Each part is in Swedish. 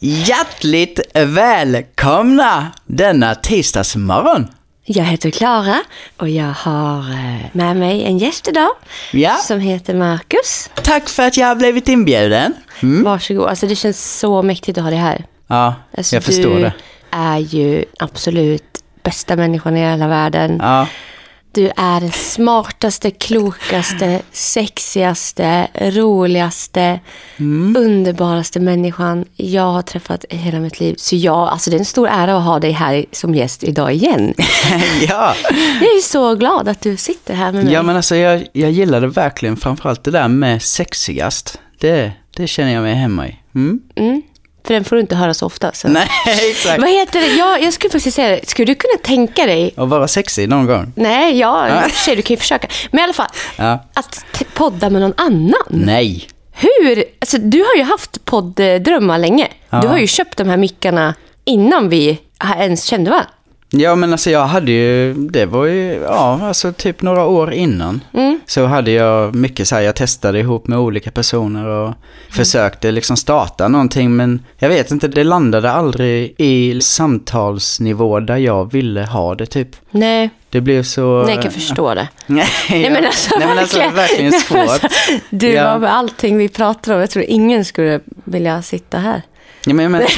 Hjärtligt välkomna denna tisdagsmorgon. Jag heter Klara och jag har med mig en gäst idag som heter Marcus. Tack för att jag har blivit inbjuden. Varsågod, alltså det känns så mäktigt att ha dig här. Ja, alltså, jag förstår det. Du är ju absolut bästa människan i hela världen. Ja. Du är den smartaste, klokaste, sexigaste, roligaste, underbaraste människan jag har träffat i hela mitt liv. Så alltså det är en stor ära att ha dig här som gäst idag igen. Ja. Jag är så glad att du sitter här med mig. Ja, men alltså jag gillade verkligen framförallt det där med sexigast. Det känner jag mig hemma i. För den får du inte höra så ofta. Så. Nej, exakt. Vad heter det? Jag skulle faktiskt säga det. Skulle du kunna tänka dig... Att vara sexig någon gång? Nej, du kan ju försöka. Men i alla fall, att podda med någon annan. Nej. Hur? Alltså, du har ju haft podddrömmar länge. Ja. Du har ju köpt de här mickarna innan vi ens kände, va? Ja, men alltså jag hade ju, det var ju, alltså typ några år innan. Så hade jag mycket så här, jag testade ihop med olika personer och försökte liksom starta någonting, men jag vet inte, det landade aldrig i samtalsnivå där jag ville ha det typ. Nej. Det blev så... Nej, jag kan förstå det. Nej, men alltså verkligen svårt. Alltså, du var med allting vi pratar om, jag tror ingen skulle vilja sitta här. Ja,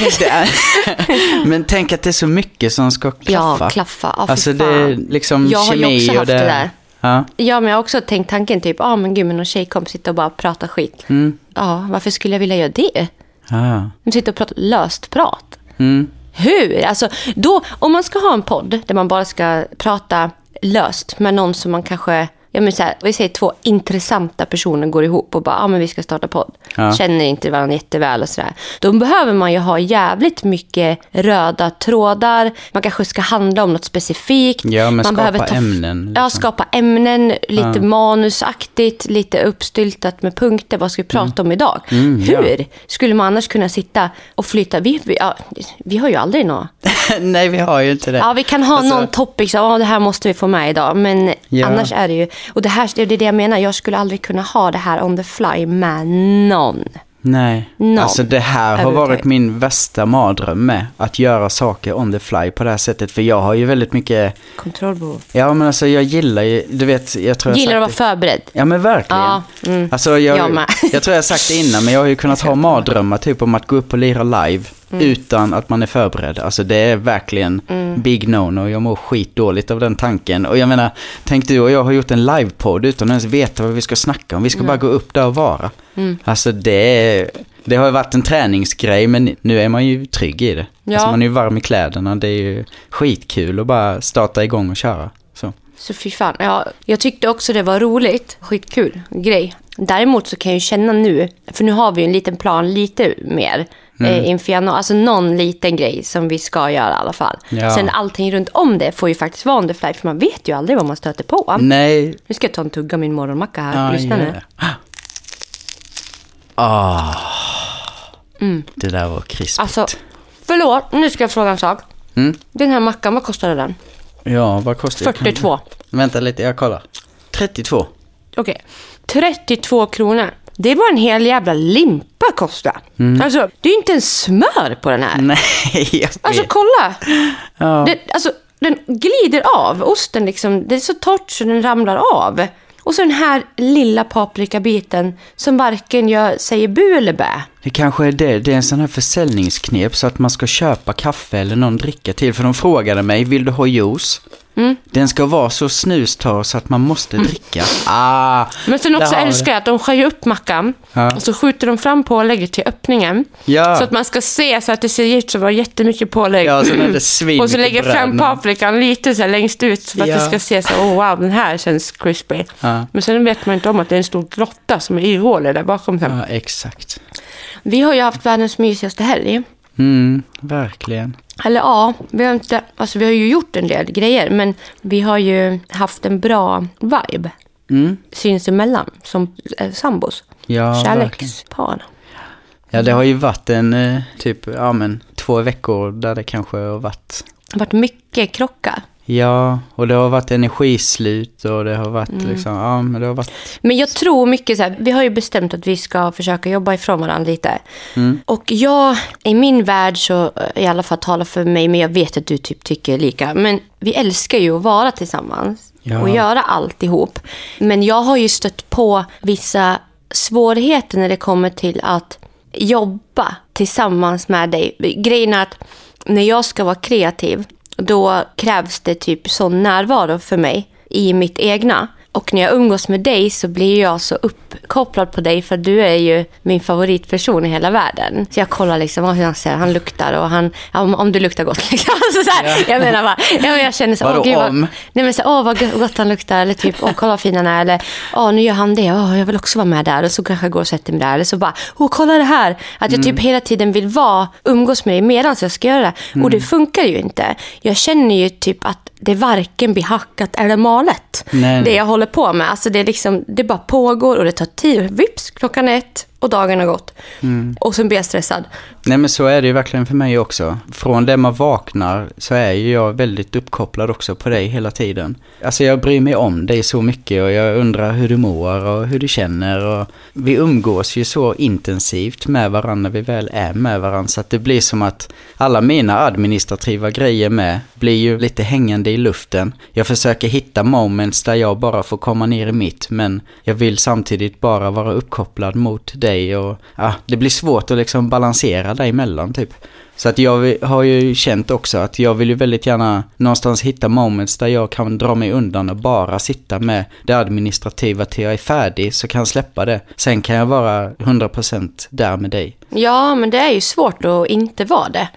men tänk att det är så mycket som ska klaffa. Ja, klaffa. Alltså det är liksom jag kemi har ju också haft och det där. Ja, men jag har också tänkt tanken typ, men gud, men någon tjej kommer sitta och bara prata skit. Ja, varför skulle jag vilja göra det? De sitter och pratar löst prat. Hur? Alltså, då, om man ska ha en podd där man bara ska prata löst med någon som man kanske... vi säger 2 intressanta personer går ihop och bara, men vi ska starta podd. Känner inte varandra jätteväl och sådär. Då behöver man ju ha jävligt mycket röda trådar. Man kanske ska handla om något specifikt. Ja, men man skapa ämnen. Liksom. Ja, skapa ämnen, lite manusaktigt, lite uppstyltat med punkter. Vad ska vi prata om idag? Hur skulle man annars kunna sitta och flytta? Vi har ju aldrig något. Nej, vi har ju inte det. Ja, vi kan ha någon topic så det här måste vi få med idag. Men annars är det ju... Och det är det jag menar. Jag skulle aldrig kunna ha det här on the fly med någon. Nej, alltså det här har varit min värsta mardröm med. Att göra saker on the fly på det här sättet. För jag har ju väldigt mycket... kontrollbehov. Ja, men alltså jag gillar ju... Du vet, jag tror gillar att vara förberedd. Ja, men verkligen. Ja, alltså jag tror jag har sagt det innan. Men jag har ju kunnat ha mardrömmar typ om att gå upp och lira live. Utan att man är förberedd. Alltså det är verkligen big no-no. Jag mår skitdåligt av den tanken. Och jag menar, tänk du och jag har gjort en livepodd utan att ens veta vad vi ska snacka om. Vi ska bara gå upp där och vara. Alltså det har ju varit en träningsgrej, men nu är man ju trygg i det. Ja. Alltså man är ju varm i kläderna. Det är ju skitkul att bara starta igång och köra. Så fy fan. Ja, jag tyckte också det var roligt. Skitkul grej. Däremot så kan jag ju känna nu, för nu har vi ju en liten plan lite mer inför januari, alltså någon liten grej som vi ska göra i alla fall. Ja. Sen allting runt om det får ju faktiskt vara on the fly, för man vet ju aldrig vad man stöter på. Nej. Nu ska jag ta en tugga min morgonmacka här. Lyssna nu. Det där var krispigt. Alltså, förlåt, nu ska jag fråga en sak. Den här mackan, vad kostade den? Ja, vad kostar det? 42. Vänta lite, jag kollar. 32. Okej. 32 kronor. Det var en hel jävla limpa kostar. Alltså, det är ju inte en smör på den här. Nej, jag vet. Alltså, kolla. Ja. Den glider av. Osten liksom, det är så torrt så den ramlar av. Och så den här lilla paprikabiten som varken säger bu eller bä. Det kanske är det. Det är en sån här försäljningsknep så att man ska köpa kaffe eller någon dricka till. För de frågade mig, vill du ha juice? Den ska vara så snustorr så att man måste dricka. Men sen också älskar jag att de skär upp mackan och så skjuter de fram pålägget till öppningen. Så att man ska se så att det ser ut som var jättemycket pålägg. Ja, så när det svin och så lägger fram paprikan lite så här längst ut så att det ska se så, wow, den här känns crispy. Men sen vet man inte om att det är en stor grotta som är i hålet där bakom. Ja, exakt. Vi har ju haft världens mysigaste helg. Verkligen. Eller vi har ju gjort en del grejer, men vi har ju haft en bra vibe sinsemellan som sambos. Ja, kärlekspar. Ja, det har ju varit en 2 veckor där det kanske har varit mycket krockar. Ja, och det har varit energislut och det har varit liksom, ja, men det har varit... Men jag tror mycket så här, vi har ju bestämt att vi ska försöka jobba ifrån varandra lite. Och jag, i min värld så, i alla fall talar för mig, men jag vet att du typ tycker lika, men vi älskar ju att vara tillsammans och göra allt ihop. Men jag har ju stött på vissa svårigheter när det kommer till att jobba tillsammans med dig. Grejen är att när jag ska vara kreativ, då krävs det typ sån närvaro för mig i mitt egna. Och när jag umgås med dig så blir jag så uppkopplad på dig, för du är ju min favoritperson i hela världen. Så jag kollar liksom hur han ser, han luktar och han, om du luktar gott liksom. Så här, jag menar bara, jag känner så, vad gott han luktar, eller typ, kolla vad fin han är, eller nu gör han det, jag vill också vara med där, och så kanske jag går och sätter mig där, eller så bara, kolla det här, att jag typ hela tiden vill umgås med dig medan jag ska göra det. Och det funkar ju inte. Jag känner ju typ att det varken blir hackat eller malet. Nej. Det jag håller på med. Alltså det är liksom, det bara pågår och det tar tid. Vips, 1:00 och dagen har gått. Och sen blir jag stressad. Nej, men så är det ju verkligen för mig också. Från det man vaknar så är ju jag väldigt uppkopplad också på dig hela tiden. Alltså jag bryr mig om dig så mycket och jag undrar hur du mår och hur du känner. Och vi umgås ju så intensivt med varandra när vi väl är med varandra, så att det blir som att alla mina administrativa grejer med blir ju lite hängande i luften. Jag försöker hitta moments där jag bara får komma ner i mitt, men jag vill samtidigt bara vara uppkopplad mot dig, och det blir svårt att liksom balansera däremellan typ. Så att jag har ju känt också att jag vill ju väldigt gärna någonstans hitta moments där jag kan dra mig undan och bara sitta med det administrativa till jag är färdig, så kan jag släppa det. Sen kan jag vara 100% där med dig. Ja, men det är ju svårt att inte vara det.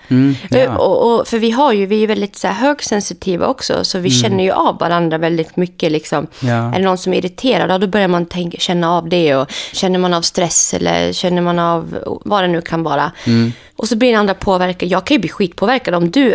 Och för vi är väldigt så här högsensitiva också, så vi känner ju av varandra väldigt mycket liksom. Är det någon som är irriterad, då börjar man känna av det, och känner man av stress eller känner man av vad det nu kan vara. Och så blir det andra påverkan. Jag kan ju bli skitpåverkad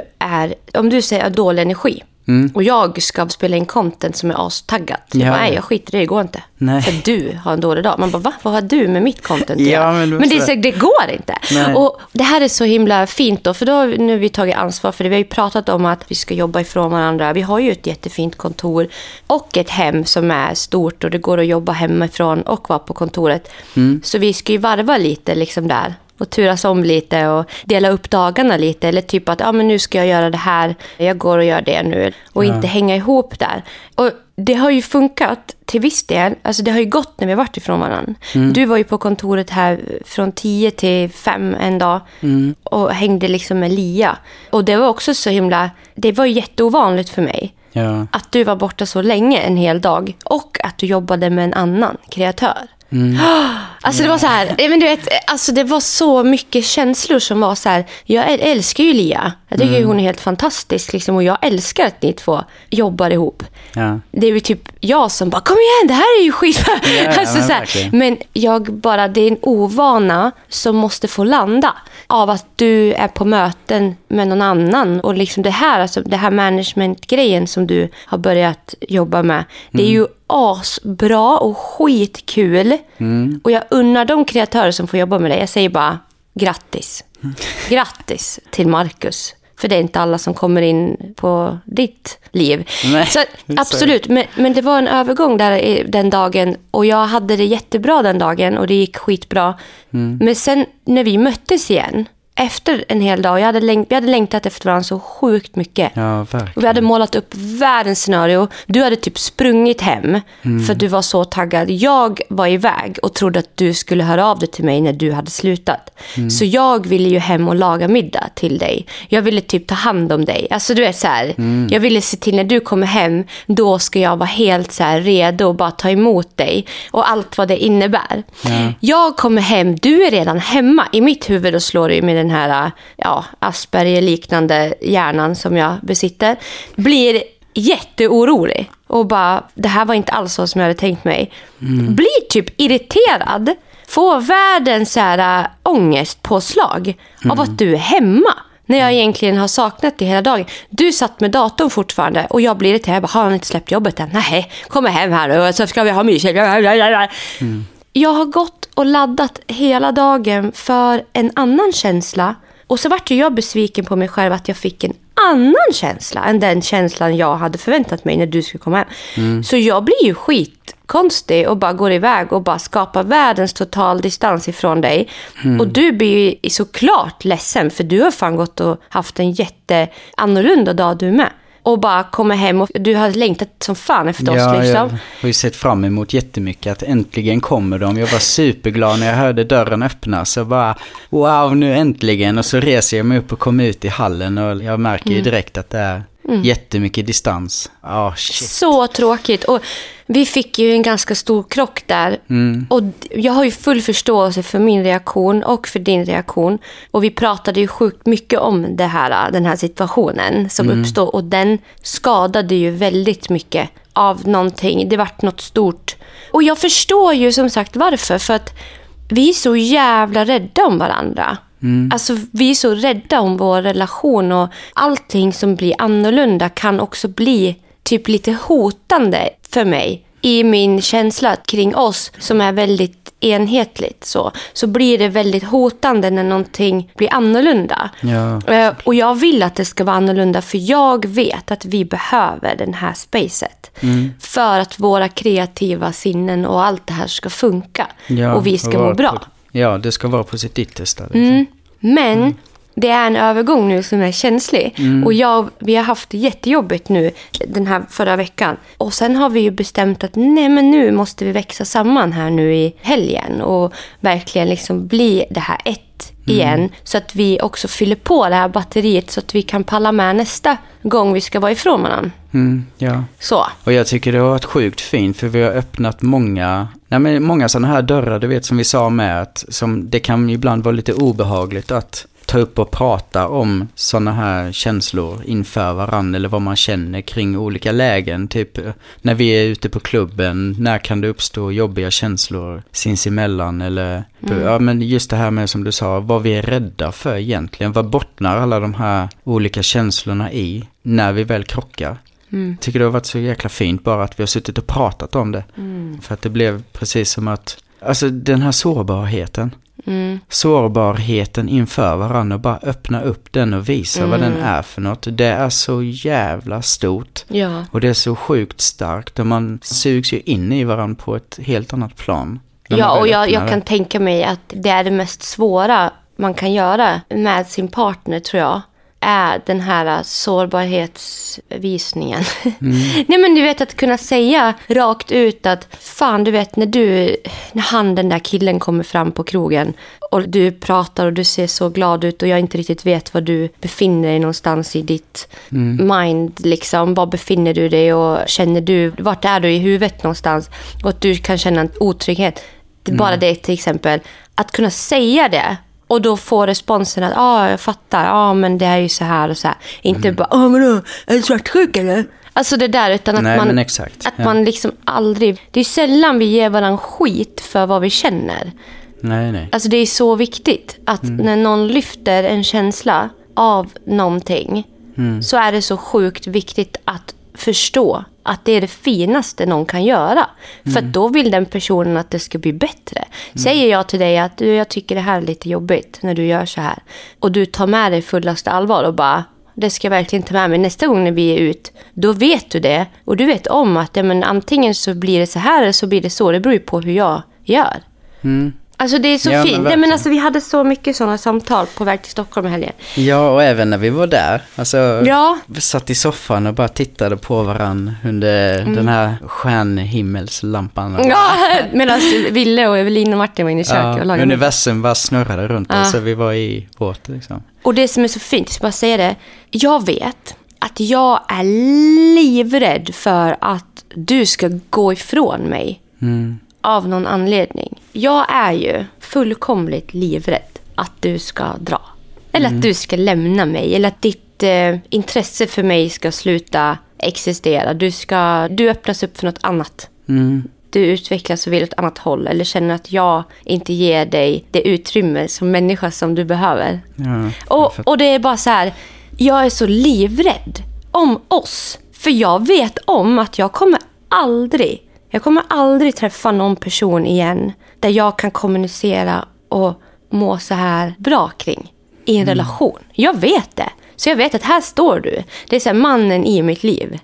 om du säger dålig energi. Och jag ska spela in content som är astaggat. Jag skiter i det går inte. Nej. För du har en dålig dag. Man bara, vad har du med mitt content? Men det går inte. Nej. Och det här är så himla fint då, för då har nu vi tagit ansvar för det. Vi har ju pratat om att vi ska jobba ifrån varandra. Vi har ju ett jättefint kontor och ett hem som är stort, och det går att jobba hemifrån och vara på kontoret. Så vi ska ju varva lite liksom där. Och turas om lite och dela upp dagarna lite. Eller typ att men nu ska jag göra det här. Jag går och gör det nu. Och inte hänga ihop där. Och det har ju funkat till viss del. Alltså det har ju gått när vi har varit ifrån varandra. Du var ju på kontoret här från 10 till 5 en dag. Och hängde liksom med Lia. Och det var också så himla... Det var jätteovanligt för mig. Ja. Att du var borta så länge en hel dag. Och att du jobbade med en annan kreatör. Alltså det var så här, men du vet, alltså det var så mycket känslor som var så här. Jag älskar ju Lia. Jag tycker ju hon är helt fantastisk liksom, och jag älskar att ni två jobbar ihop. Ja. Det är ju typ jag som bara, kom igen, det här är ju skit. Alltså, så här. Men det är en ovana som måste få landa av att du är på möten med någon annan, och liksom det här management-grejen som du har börjat jobba med, det är ju asbra och skitkul. Och jag unnar de kreatörer som får jobba med det. Jag säger bara grattis. Grattis till Marcus. För det är inte alla som kommer in på ditt liv. Nej, så absolut, men det var en övergång där den dagen, och jag hade det jättebra den dagen och det gick skitbra. Men sen när vi möttes igen efter en hel dag, vi hade längtat efter varandra så sjukt mycket. Ja, verkligen. Och vi hade målat upp världens scenario. Du hade typ sprungit hem för du var så taggad. Jag var iväg och trodde att du skulle höra av dig till mig när du hade slutat. Så jag ville ju hem och laga middag till dig. Jag ville typ ta hand om dig. Alltså du vet så här, jag ville se till när du kommer hem, då ska jag vara helt så här redo och bara ta emot dig och allt vad det innebär. Ja. Jag kommer hem, du är redan hemma. I mitt huvud och slår det med den här Asperger-liknande hjärnan som jag besitter, blir jätteorolig och bara, det här var inte alls så som jag hade tänkt mig. Blir typ irriterad, får världens så här ångestpåslag av att du är hemma när jag egentligen har saknat det hela dagen. Du satt med datorn fortfarande och jag blir irriterad. Jag bara, har han inte släppt jobbet än? Nej, kommer hem här nu och så ska vi ha mysigt. Jag har gått och laddat hela dagen för en annan känsla. Och så vart jag besviken på mig själv att jag fick en annan känsla än den känslan jag hade förväntat mig när du skulle komma hem. Så jag blir ju skitkonstig och bara går iväg och bara skapar världens total distans ifrån dig. Och du blir ju såklart ledsen, för du har fan gått och haft en jätteannorlunda dag du med. Och bara kommer hem och du har längtat som fan efter oss liksom. Jag har ju sett fram emot jättemycket att äntligen kommer de. Jag var superglad när jag hörde dörren öppnas. Så bara, wow, nu äntligen. Och så reser jag mig upp och kommer ut i hallen och jag märker ju direkt att det är jättemycket distans. Shit. Så tråkigt. Och vi fick ju en ganska stor krock där. Och jag har ju full förståelse för min reaktion och för din reaktion. Och vi pratade ju sjukt mycket om den här situationen som uppstod. Och den skadade ju väldigt mycket av någonting. Det vart något stort. Och jag förstår ju som sagt varför. För att vi är så jävla rädda om varandra. Alltså vi är så rädda om vår relation, och allting som blir annorlunda kan också bli typ lite hotande för mig i min känsla kring oss som är väldigt enhetligt. Så blir det väldigt hotande när någonting blir annorlunda. Ja. Och jag vill att det ska vara annorlunda, för jag vet att vi behöver den här spacet för att våra kreativa sinnen och allt det här ska funka och vi ska må bra. Ja, det ska vara på sitt yttersta. Liksom. Men det är en övergång nu som är känslig. Och vi har haft det jättejobbigt nu den här förra veckan. Och sen har vi ju bestämt att nej, men nu måste vi växa samman här nu i helgen. Och verkligen liksom bli det här ett igen. Så att vi också fyller på det här batteriet så att vi kan palla med nästa gång vi ska vara ifrån varandra. Ja. Så. Och jag tycker det har varit sjukt fint, för vi har öppnat många sådana här dörrar, du vet, som vi sa med att som det kan ibland vara lite obehagligt att ta upp och prata om sådana här känslor inför varandra, eller vad man känner kring olika lägen. Typ när vi är ute på klubben, när kan det uppstå jobbiga känslor sinsemellan, eller men just det här med, som du sa, vad vi är rädda för egentligen. Vad bottnar alla de här olika känslorna i när vi väl krockar? Tycker det har varit så jäkla fint bara att vi har suttit och pratat om det. För att det blev precis som att, alltså den här sårbarheten. Sårbarheten inför varandra, och bara öppna upp den och visa vad den är för något. Det är så jävla stort. Ja. Och det är så sjukt starkt, och man sugs ju in i varandra på ett helt annat plan. Ja, och jag kan tänka mig att det är det mest svåra man kan göra med sin partner, tror jag, är den här sårbarhetsvisningen. Nej, men du vet, att kunna säga rakt ut att fan, du vet, när den där killen kommer fram på krogen och du pratar och du ser så glad ut och jag inte riktigt vet var du befinner dig någonstans i ditt mind liksom. Var befinner du dig och känner du, vart är du i huvudet någonstans, och att du kan känna en otrygghet. Det är bara det, till exempel, att kunna säga det. Och då får responsen att jag fattar, men det är ju så här och så här. Inte bara, men då är det svartsjuk eller? Alltså det där, utan att man liksom aldrig, det är sällan vi ger varandra skit för vad vi känner. Nej. Alltså det är så viktigt att när någon lyfter en känsla av någonting så är det så sjukt viktigt att förstå att det är det finaste någon kan göra. För då vill den personen att det ska bli bättre. Säger jag till dig att jag tycker det här är lite jobbigt när du gör så här, och du tar med dig fullaste allvar och bara, det ska jag verkligen ta med mig nästa gång när vi är ut, då vet du det. Och du vet om att antingen så blir det så här eller så blir det så. Det beror ju på hur jag gör. Alltså det är så fint. Men alltså, vi hade så mycket sådana samtal på väg till Stockholm i helgen. Ja, och även när vi var där. Alltså, vi satt i soffan och bara tittade på varann under den här stjärnhimmelslampan. Ja, medan Ville och Evelin och Martin var inne i köket och lagade. Universum bara snurrade runt oss, så vi var i båt liksom. Och det som är så fint, jag ska bara säga det. Jag vet att jag är livrädd för att du ska gå ifrån mig. Av någon anledning. Jag är ju fullkomligt livrädd att du ska dra. Eller att du ska lämna mig. Eller att ditt intresse för mig ska sluta existera. Du öppnas upp för något annat. Du utvecklas och vill åt ett annat håll. Eller känner att jag inte ger dig det utrymme som människa som du behöver. Och det är bara så här. Jag är så livrädd om oss. För jag vet om att jag kommer aldrig träffa någon person igen där jag kan kommunicera och må så här bra kring i en relation. Jag vet det. Så jag vet att här står du. Det är så här, mannen i mitt liv.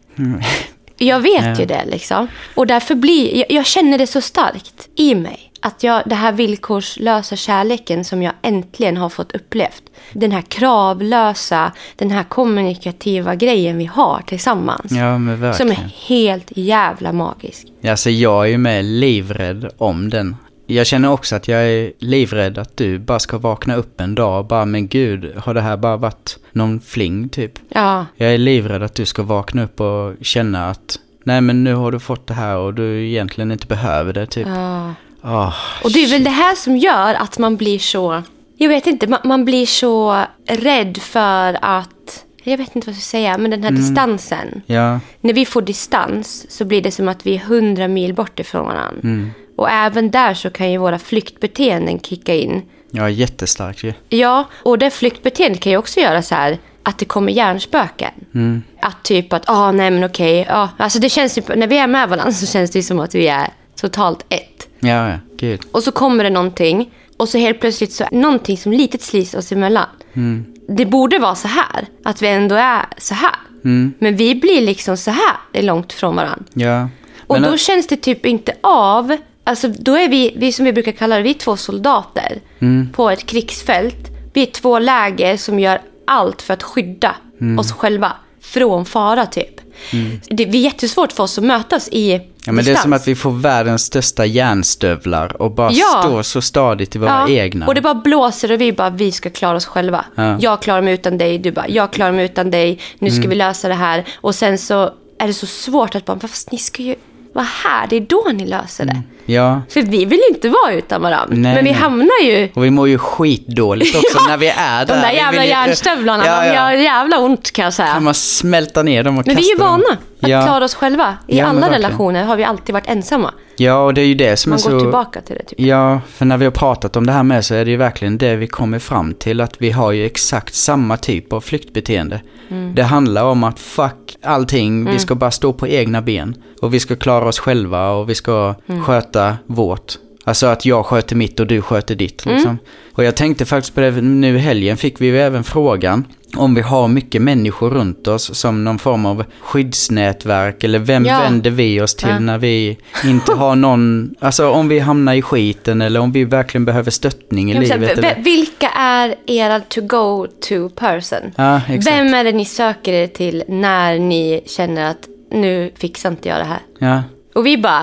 Jag vet ju det liksom. Och därför jag känner det så starkt i mig. Att det här villkorslösa kärleken som jag äntligen har fått upplevt. Den här kravlösa, den här kommunikativa grejen vi har tillsammans. Ja, men verkligen. Som är helt jävla magisk. Alltså jag är ju med livrädd om den. Jag känner också att jag är livrädd att du bara ska vakna upp en dag och bara, men gud, har det här bara varit någon fling typ? Ja. Jag är livrädd att du ska vakna upp och känna att nej, men nu har du fått det här och du egentligen inte behöver det typ. Ja. Och det är väl det här som gör att man blir så, jag vet inte, man blir så rädd för att, jag vet inte vad jag ska säga, men den här distansen. Ja. När vi får distans så blir det som att vi är 100 mil bort ifrån varandra. Och även där så kan ju våra flyktbeteenden kicka in. Ja, jättestarkt ju. Ja, och det flyktbeteendet kan ju också göra så här att det kommer hjärnspöken. Att typ att, nej men okej. Alltså det känns ju, när vi är med varandra så känns det ju som att vi är totalt ett. Ja, gud. Och så kommer det någonting. Och så helt plötsligt så är någonting som litet slis oss emellan. Det borde vara så här. Att vi ändå är så här. Men vi blir liksom så här. Det är långt från varandra. Ja. Och då känns det typ inte av. Alltså då är vi som vi brukar kalla det, vi är 2 soldater på ett krigsfält. Vi är 2 läger som gör allt för att skydda oss själva från fara typ. Det är jättesvårt för oss att mötas i men distans. Det är som att vi får världens största järnstövlar och bara står så stadigt i våra egna. Och det bara blåser och vi ska klara oss själva. Jag klarar mig utan dig, du bara, jag klarar mig utan dig. Nu ska vi lösa det här. Och sen så är det så svårt att bara, fast ni ska ju vara här, det är då ni löser det. Ja. För vi vill inte vara utan varandra. Men vi hamnar ju... Och vi mår ju skitdåligt också när vi är där. De där jävla järnstövlarna, de gör jävla ont kan jag säga. Kan man smälta ner dem och men kasta dem. Men vi är vana att klara oss själva. I alla relationer har vi alltid varit ensamma. Ja, och det är ju det som man är så... Man går tillbaka till det typ. Ja, för när vi har pratat om det här med så är det ju verkligen det vi kommer fram till. Att vi har ju exakt samma typ av flyktbeteende. Det handlar om att fuck allting, vi ska bara stå på egna ben. Och vi ska klara oss själva och vi ska sköta vårt. Alltså att jag sköter mitt och du sköter ditt. Liksom. Och jag tänkte faktiskt på det, nu i helgen fick vi ju även frågan om vi har mycket människor runt oss som någon form av skyddsnätverk. Eller vem vänder vi oss till när vi inte har någon... Alltså om vi hamnar i skiten eller om vi verkligen behöver stöttning i livet. Eller... Vilka är era to-go-to person? Ja, exakt. Vem är det ni söker er till när ni känner att nu fixar inte jag det här? Ja. Och vi bara...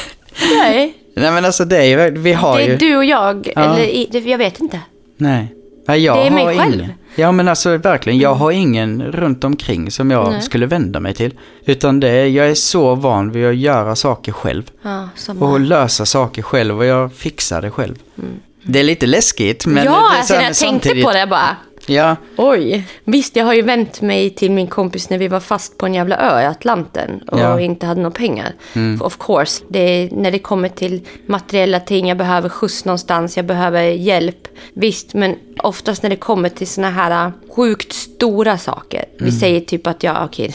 Nej. Nej men alltså det är vi har ju... Det är du och jag, eller jag vet inte. Nej. Ja, jag det är mig har själv. Ingen. Ja men alltså verkligen, jag har ingen runt omkring som jag skulle vända mig till. Utan jag är så van vid att göra saker själv. Ja, och lösa saker själv och jag fixar det själv. Det är lite läskigt men... Ja, alltså när jag tänkte på det bara... Ja. Oj. Visst, jag har ju vänt mig till min kompis när vi var fast på en jävla ö i Atlanten och inte hade några pengar. Of course. När det kommer till materiella ting, jag behöver skjuts någonstans, jag behöver hjälp. Visst, men oftast när det kommer till såna här sjukt stora saker. Vi säger typ att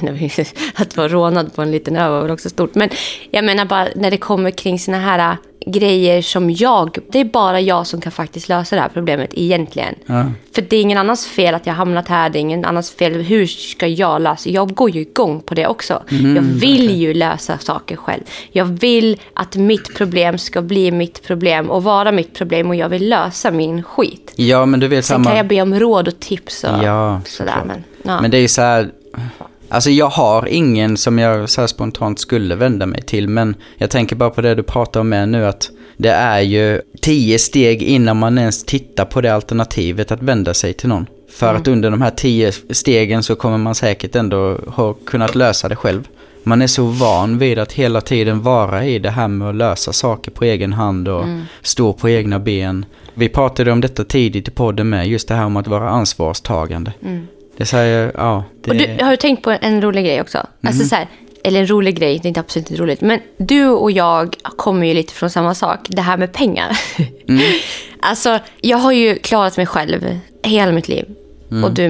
att vara rånad på en liten ö var också stort. Men jag menar bara när det kommer kring såna här grejer som det är bara jag som kan faktiskt lösa det här problemet egentligen. För det är ingen annans fel att jag hamnat här, det är ingen annans fel. Hur ska jag lösa? Jag går ju igång på det också. Jag vill ju lösa saker själv. Jag vill att mitt problem ska bli mitt problem och vara mitt problem och jag vill lösa min skit. Ja, men du vet sen kan jag be om råd och tips och sådär. Men det är ju så här... Alltså jag har ingen som jag så här spontant skulle vända mig till. Men jag tänker bara på det du pratar om nu. Att det är ju 10 steg innan man ens tittar på det alternativet att vända sig till någon. För att under de här 10 stegen så kommer man säkert ändå ha kunnat lösa det själv. Man är så van vid att hela tiden vara i det här med att lösa saker på egen hand och stå på egna ben. Vi pratade om detta tidigt i podden med, just det här om att vara ansvarstagande. Det säger, Och har du tänkt på en rolig grej också? Alltså så här, eller en rolig grej, det är inte absolut inte roligt. Men du och jag kommer ju lite från samma sak. Det här med pengar. Alltså, jag har ju klarat mig själv hela mitt liv. Och du med.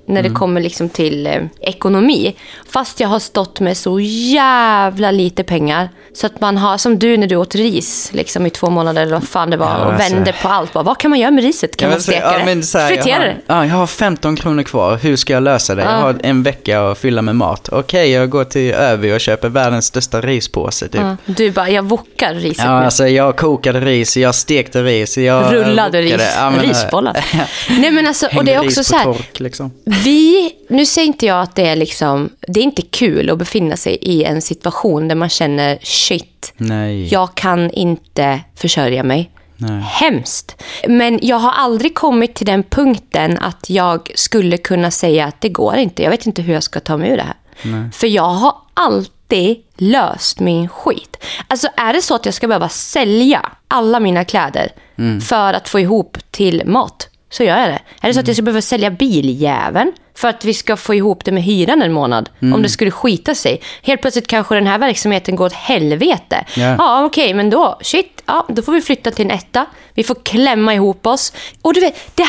när det kommer liksom till ekonomi. Fast jag har stått med så jävla lite pengar. Så att man har, som du när du åt ris liksom i 2 månader eller vad fan det var. Och vände på allt. Vad kan man göra med riset? Kan man steka det? Fritera det? Jag har 15 kronor kvar. Hur ska jag lösa det? Jag har en vecka att fylla med mat. Okej, jag går till Övi och köper världens största rispåse typ. Du bara, jag wokar riset nu. Alltså jag kokade ris, jag stekte ris, jag rullade ris, risbollar. Nej men alltså, och det är också så här, tork, liksom. Nu säger inte jag att det är liksom, det är inte kul att befinna sig i en situation där man känner shit, jag kan inte försörja mig. Nej. Hemskt. Men jag har aldrig kommit till den punkten att jag skulle kunna säga att det går inte. Jag vet inte hur jag ska ta mig ur det här. Nej. För jag har alltid löst min skit. Alltså är det så att jag ska behöva sälja alla mina kläder för att få ihop till mat, så gör jag det. Är det så att jag ska behöva sälja biljäveln för att vi ska få ihop det med hyran en månad, om det skulle skita sig. Helt plötsligt kanske den här verksamheten går åt helvete. Ja, okej, men då, då får vi flytta till en etta. Vi får klämma ihop oss. Och du vet, det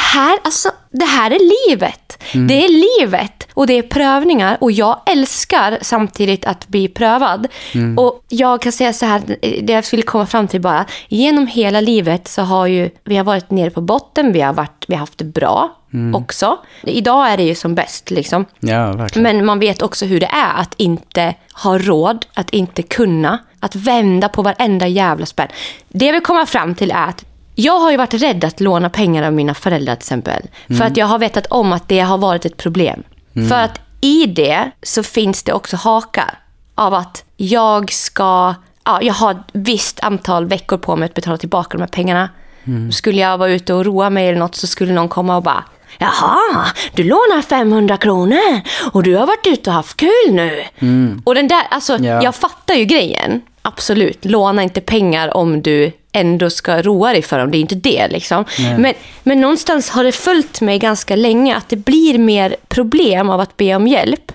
här är livet. Det är livet och det är prövningar. Och jag älskar samtidigt att bli prövad. Och jag kan säga så här, det jag skulle komma fram till bara. Genom hela livet så har vi har varit nere på botten. Vi har haft det bra också. Idag är det ju som bäst liksom. Ja, verkligen. Men man vet också hur det är att inte ha råd, att inte kunna, att vända på varenda jävla spänn. Det jag vill komma fram till är att jag har ju varit rädd att låna pengar av mina föräldrar till exempel. För att jag har vetat om att det har varit ett problem. För att i det så finns det också hakar av att jag har ett visst antal veckor på mig att betala tillbaka de här pengarna. Skulle jag vara ute och roa mig eller något, så skulle någon komma och bara, jaha, du lånar 500 kronor och du har varit ute och haft kul nu. Och den där, alltså jag fattar ju grejen. Absolut, låna inte pengar om du ändå ska roa dig för dem. Det är inte det liksom. Men någonstans har det följt mig ganska länge att det blir mer problem av att be om hjälp.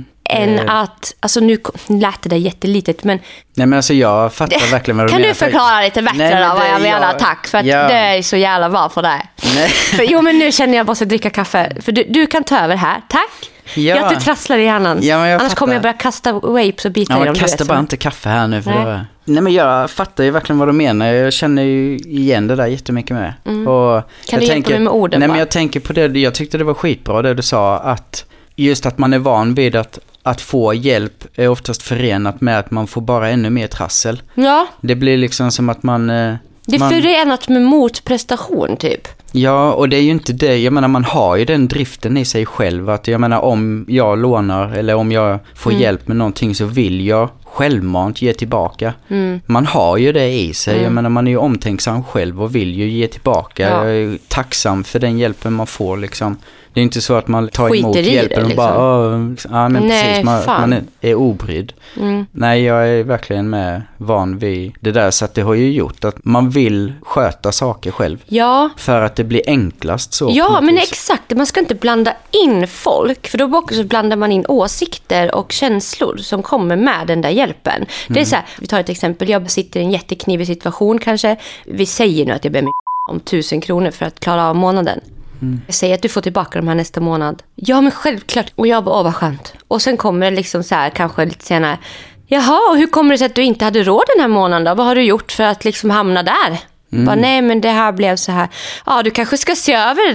Än att, alltså nu lät det där jättelitet, men nej, men alltså jag fattar verkligen vad du menar. Kan du förklara lite bättre då vad jag menar, tack, för att det är så jävla bra för dig. Jo, men nu känner jag bara att dricka kaffe, för du kan ta över här, tack. Jag att du trasslar i hjärnan. Annars kommer jag börja kasta vapes och bita i dem. Kasta bara inte kaffe här nu. Nej, men jag fattar ju verkligen vad du menar. Jag känner ju igen det där jättemycket med. Och kan du hjälpa mig med orden? Nej, men jag tänker på det. Jag tyckte det var skitbra det du sa. Att just att man är van vid att få hjälp är oftast förenat med att man får bara ännu mer trassel. Ja. Det blir liksom som att man... Det är förenat med motprestation typ. Ja, och det är ju inte det. Jag menar, man har ju den driften i sig själv. Att jag menar, om jag lånar eller om jag får hjälp med någonting, så vill jag självmant ge tillbaka. Man har ju det i sig. Jag menar, man är ju omtänksam själv och vill ju ge tillbaka. Jag är ju tacksam för den hjälpen man får liksom. Det är inte så att man tar emot hjälpen och liksom bara, men nej, precis, man är obrydd. Nej, jag är verkligen van vid det där, så att det har ju gjort att man vill sköta saker själv. Ja. För att det blir enklast så. Ja, men exakt. Man ska inte blanda in folk, för då också blandar man in åsikter och känslor som kommer med den där hjälpen. Det är så här, vi tar ett exempel. Jag sitter i en jätteknivig situation kanske. Vi säger nu att jag ber mig om 1000 kronor för att klara av månaden. Jag säger att du får tillbaka de här nästa månad. Ja, men självklart. Och jag bara, vad skönt. Och sen kommer det liksom så här, kanske lite senare. Jaha, och hur kommer det sig att du inte hade råd den här månaden då? Vad har du gjort för att liksom hamna där? Bara, nej, men det här blev så här. Ja, du kanske ska se över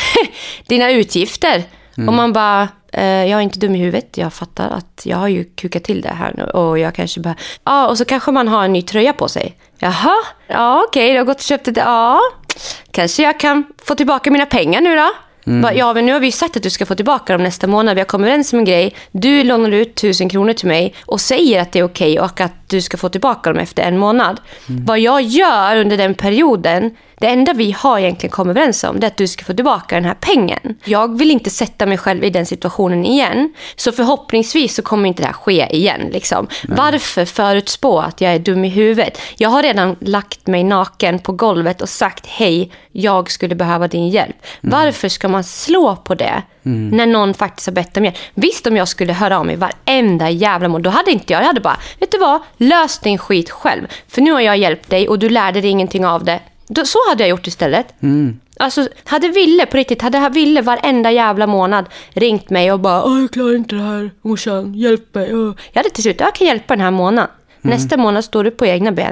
dina utgifter. Och man bara, jag är inte dum i huvudet. Jag fattar att jag har ju kukat till det här nu. Och jag kanske bara, och så kanske man har en ny tröja på sig. Jaha, okej, du har gått och köpt det. Kanske jag kan få tillbaka mina pengar nu då. Ja, men nu har vi sagt att du ska få tillbaka dem nästa månad. Vi har kommit överens om en grej. Du lånar ut 1000 kronor till mig och säger att det är okej och att du ska få tillbaka dem efter en månad. Vad jag gör under den perioden, det enda vi har egentligen kommit överens om, det är att du ska få tillbaka den här pengen. Jag vill inte sätta mig själv i den situationen igen. Så förhoppningsvis så kommer inte det här ske igen. Liksom. Varför förutspå att jag är dum i huvudet? Jag har redan lagt mig naken på golvet och sagt, hej, jag skulle behöva din hjälp. Varför ska man slå på det när någon faktiskt har bett om hjälp? Visst, om jag skulle höra av mig varenda jävla mån, då hade inte jag hade bara, vet du vad, lös din skit själv. För nu har jag hjälpt dig och du lärde dig ingenting av det. Så hade jag gjort istället. Alltså, hade Ville varenda jävla månad ringt mig och bara, jag klarar inte det här, morsan, hjälp mig. Jag hade till slut, jag kan hjälpa den här månaden. Nästa månad står du på egna ben.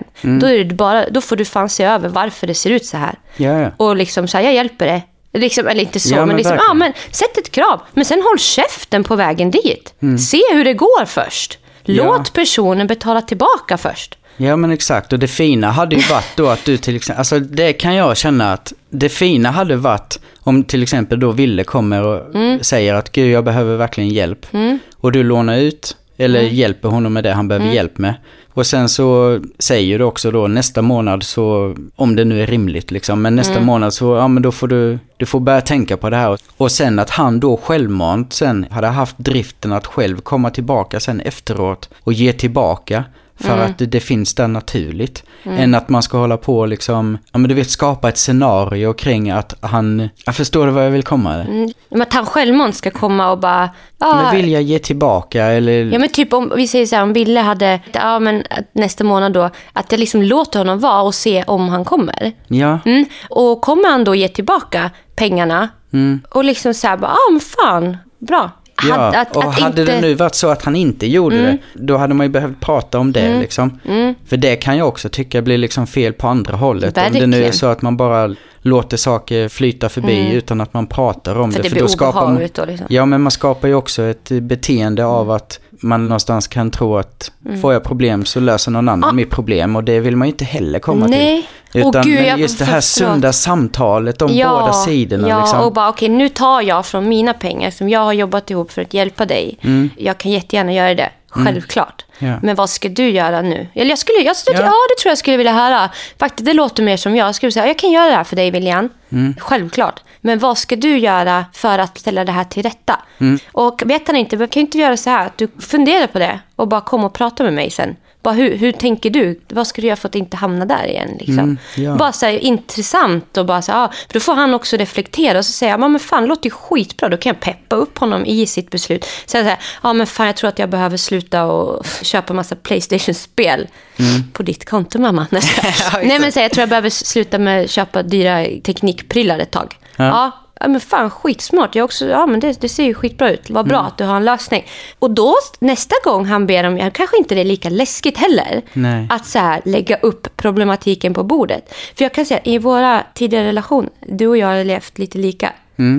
Då får du fan se över varför det ser ut så här. Ja. Och liksom så här, jag hjälper det. Liksom, eller inte så, men liksom, men sätt ett krav. Men sen håll käften på vägen dit. Se hur det går först. Låt personen betala tillbaka först. Ja, men exakt. Och det fina hade ju varit då att du till exempel... Alltså det kan jag känna att det fina hade varit om till exempel då Ville kommer och säger att gud, jag behöver verkligen hjälp. Och du lånar ut eller hjälper honom med det han behöver hjälp med. Och sen så säger du också då nästa månad så, om det nu är rimligt liksom, men nästa månad så, ja men då får du får börja tänka på det här. Och sen att han då självmant sen hade haft driften att själv komma tillbaka sen efteråt och ge tillbaka. För att det finns där naturligt. Än att man ska hålla på liksom, ja men du vet, skapa ett scenario kring att han, jag förstår vad jag vill komma. Att han självmant ska komma och bara... Men vill jag ge tillbaka eller... Ja men typ om vi säger så här, om Ville hade, men nästa månad då, att jag liksom låter honom vara och se om han kommer. Ja. Och kommer han då ge tillbaka pengarna och liksom så här, men fan, bra. Ja, hade det nu varit så att han inte gjorde det, då hade man ju behövt prata om det liksom. För det kan jag också tycka blir liksom fel på andra hållet. Verkligen. Om det nu är så att man bara låter saker flyta förbi utan att man pratar om det. För då skapar man, då liksom. Ja, men man skapar ju också ett beteende av att man någonstans kan tro att får jag problem så löser någon annan mitt problem, och det vill man ju inte heller komma till. Utan men just det här sunda samtalet om båda sidorna. Ja, liksom. Och bara okej, nu tar jag från mina pengar som jag har jobbat ihop för att hjälpa dig. Jag kan jättegärna göra det, självklart. Ja. Men vad ska du göra nu? Eller det tror jag skulle vilja höra. Faktiskt, det låter mer som jag skulle säga, jag kan göra det här för dig, William. Självklart. Men vad ska du göra för att ställa det här till rätta? Och vet han inte, vi kan inte göra så här att du funderar på det och bara kom och prata med mig sen. Bara, hur tänker du? Vad ska du göra för att inte hamna där igen? Liksom? Bara så här, intressant och bara så här, för då får han också reflektera och så säga, men fan, det låter ju skitbra. Då kan jag peppa upp honom i sitt beslut. Så här, men fan, jag tror att jag behöver sluta och köpa massa PlayStation-spel på ditt konto, mamma. Nej, men så här, jag tror jag behöver sluta med att köpa dyra teknikprylar ett tag. Ja, men fan, skitsmart. Jag också, men det ser ju skitbra ut. Vad bra att du har en lösning. Och då nästa gång han ber om, kanske inte det är lika läskigt heller. Nej. Att så här lägga upp problematiken på bordet. För jag kan säga, i våra tidigare relation, du och jag har levt lite lika.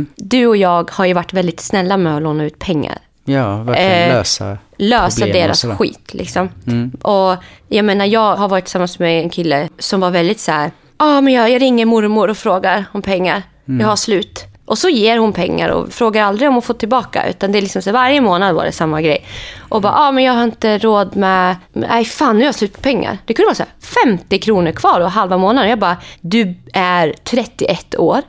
Du och jag har ju varit väldigt snälla med att låna ut pengar. Ja, verkligen lösa deras skit liksom. Och jag menar, jag har varit tillsammans med en kille som var väldigt så här, men jag ringer mormor och frågar om pengar. Jag har slut. Och så ger hon pengar och frågar aldrig om att få tillbaka. Utan det är liksom så varje månad var det samma grej. Och bara, men jag har inte råd med... Nej fan, nu har jag slut på pengar. Det kunde vara så här, 50 kronor kvar och halva månaden. Jag bara, du är 31 år.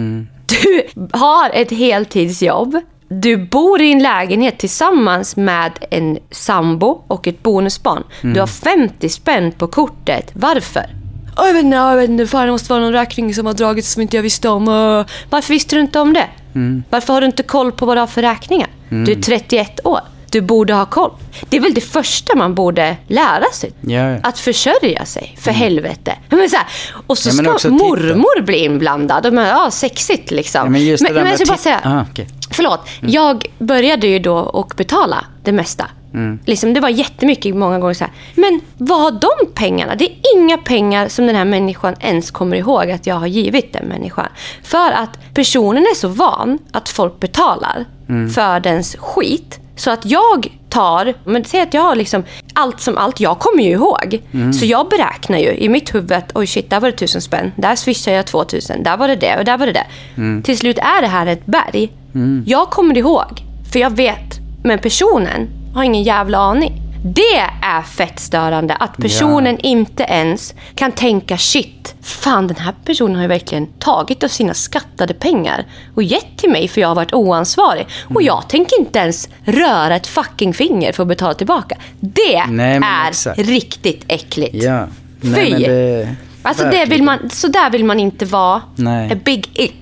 Du har ett heltidsjobb. Du bor i en lägenhet tillsammans med en sambo och ett bonusbarn. Du har 50 spänn på kortet. Varför? Jag vet inte, fan, det måste vara någon räkning som har dragits som inte jag visste om. Varför visste du inte om det? Varför har du inte koll på vad du har för räkningar? Du är 31 år. Du borde ha koll. Det är väl det första man borde lära sig. Ja. Att försörja sig, för helvete. Men så här, och så ska mormor bli inblandad. Och sexigt liksom. Ja, men just det men jag ska bara säga, okay. Förlåt, jag började ju då och betala det mesta. Liksom, det var jättemycket många gånger så här. Men vad har de pengarna? Det är inga pengar som den här människan ens kommer ihåg att jag har givit den människan. För att personen är så van att folk betalar för dens skit. Så att jag tar, men säg att jag har liksom allt, jag kommer ju ihåg. Så jag beräknar ju i mitt huvud, oj shit, där var det 1000 spänn. Där swishar jag 2000, där var det det och där var det det. Till slut är det här ett berg. Jag kommer ihåg, för jag vet, men personen har ingen jävla aning. Det är fett störande att personen inte ens kan tänka, shit, fan, den här personen har ju verkligen tagit av sina skattade pengar och gett till mig för jag har varit oansvarig. Och jag tänker inte ens röra ett fucking finger för att betala tillbaka. Det är riktigt äckligt. Ja. Fy! Alltså det vill man, så där vill man inte vara. Nej. A big ick.